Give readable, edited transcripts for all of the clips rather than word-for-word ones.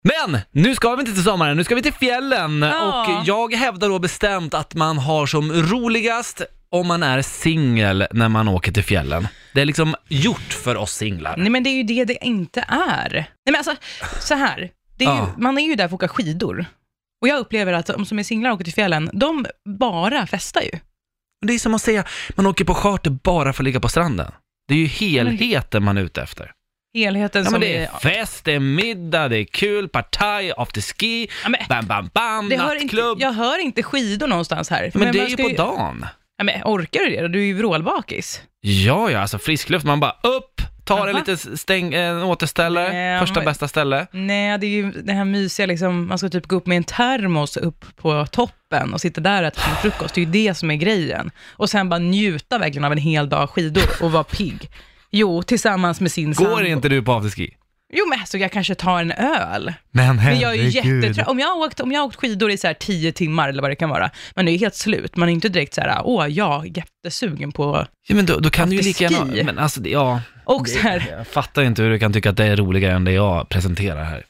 Men nu ska vi inte till sommaren, nu ska vi till fjällen. Och jag hävdar då bestämt att man har som roligast om man är singel när man åker till fjällen. Det är liksom gjort för oss singlar. Nej, men det är ju det inte är. Nej, men alltså, så här. Det är ju, man är ju där för att åka skidor. Och jag upplever att de som är singlar och åker till fjällen, de bara festar ju. Det är som att säga, man åker på charter bara för att ligga på stranden. Det är ju helheten man är ute efter. Helheten som men det är fest, det är middag, det är kul, partaj, after ski, bam, nattklubb. Jag hör inte skidor någonstans här. Men det är ju på dagen. Ja, men orkar du det? Du är ju vrålbakis. Ja, alltså friskluft, man bara upp, tar en lite återställare, första bästa ställe. Nej, det är ju det här mysiga liksom, man ska typ gå upp med en termos upp på toppen och sitta där och äta sin frukost. Det är ju det som är grejen. Och sen bara njuta verkligen av en hel dag skidor och vara pigg. Jo, tillsammans med sin sambo. Går inte du på afterski? Jo, men så jag kanske tar en öl. Men jag är ju jättetrött. Om jag har åkt skidor i så här 10 timmar eller vad det kan vara, man är ju helt slut. Man är inte direkt så här, jag är jättesugen på. Ja, men då kan du ju lika gärna. Men alltså, och så här, jag fattar inte hur du kan tycka att det är roligare än det jag presenterar här.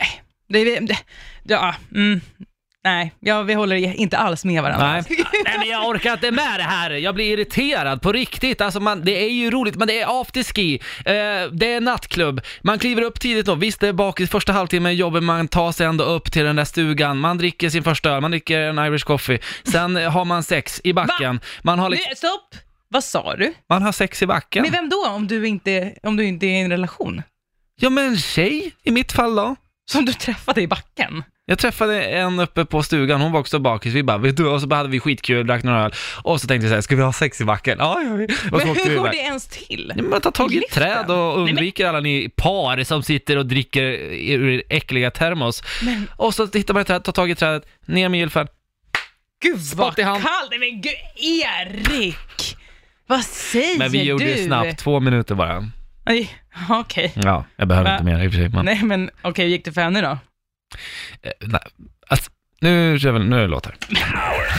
Nej, vi håller inte alls med varandra. Nej, men jag orkar inte med det här. Jag blir irriterad på riktigt. Alltså det är ju roligt, men det är afterski. Det är nattklubb. Man kliver upp tidigt då. Visst, det är bak i första halvtimmen jobbar man, tar sig ändå upp till den där stugan. Man dricker sin första öl, man dricker en Irish coffee. Sen har man sex i backen. Man har stopp! Vad sa du? Man har sex i backen. Men vem då om du inte är i en relation? Ja, men en tjej i mitt fall då. Som du träffade i backen? Jag träffade en uppe på stugan, hon var också bakis. Vi bara, vet du, och så hade vi skitkul, drack några öl. Och så tänkte jag så här, ska vi ha sex i backen? Ja, vi. Men hur går det ens till? Man tar tag i ett träd och undviker alla ni par som sitter och dricker ur äckliga termos. Och så tittar man i trädet, tar tag i trädet, ner med gylfen. Gud, vad kallt! Men gud, Erik! Vad säger du? Men vi gjorde det snabbt, 2 minuter bara. Okej. Ja, jag behöver inte mer i och för sig. Men... Nej, men okej, gick det för henne då? Nej, alltså, nu är det låtar.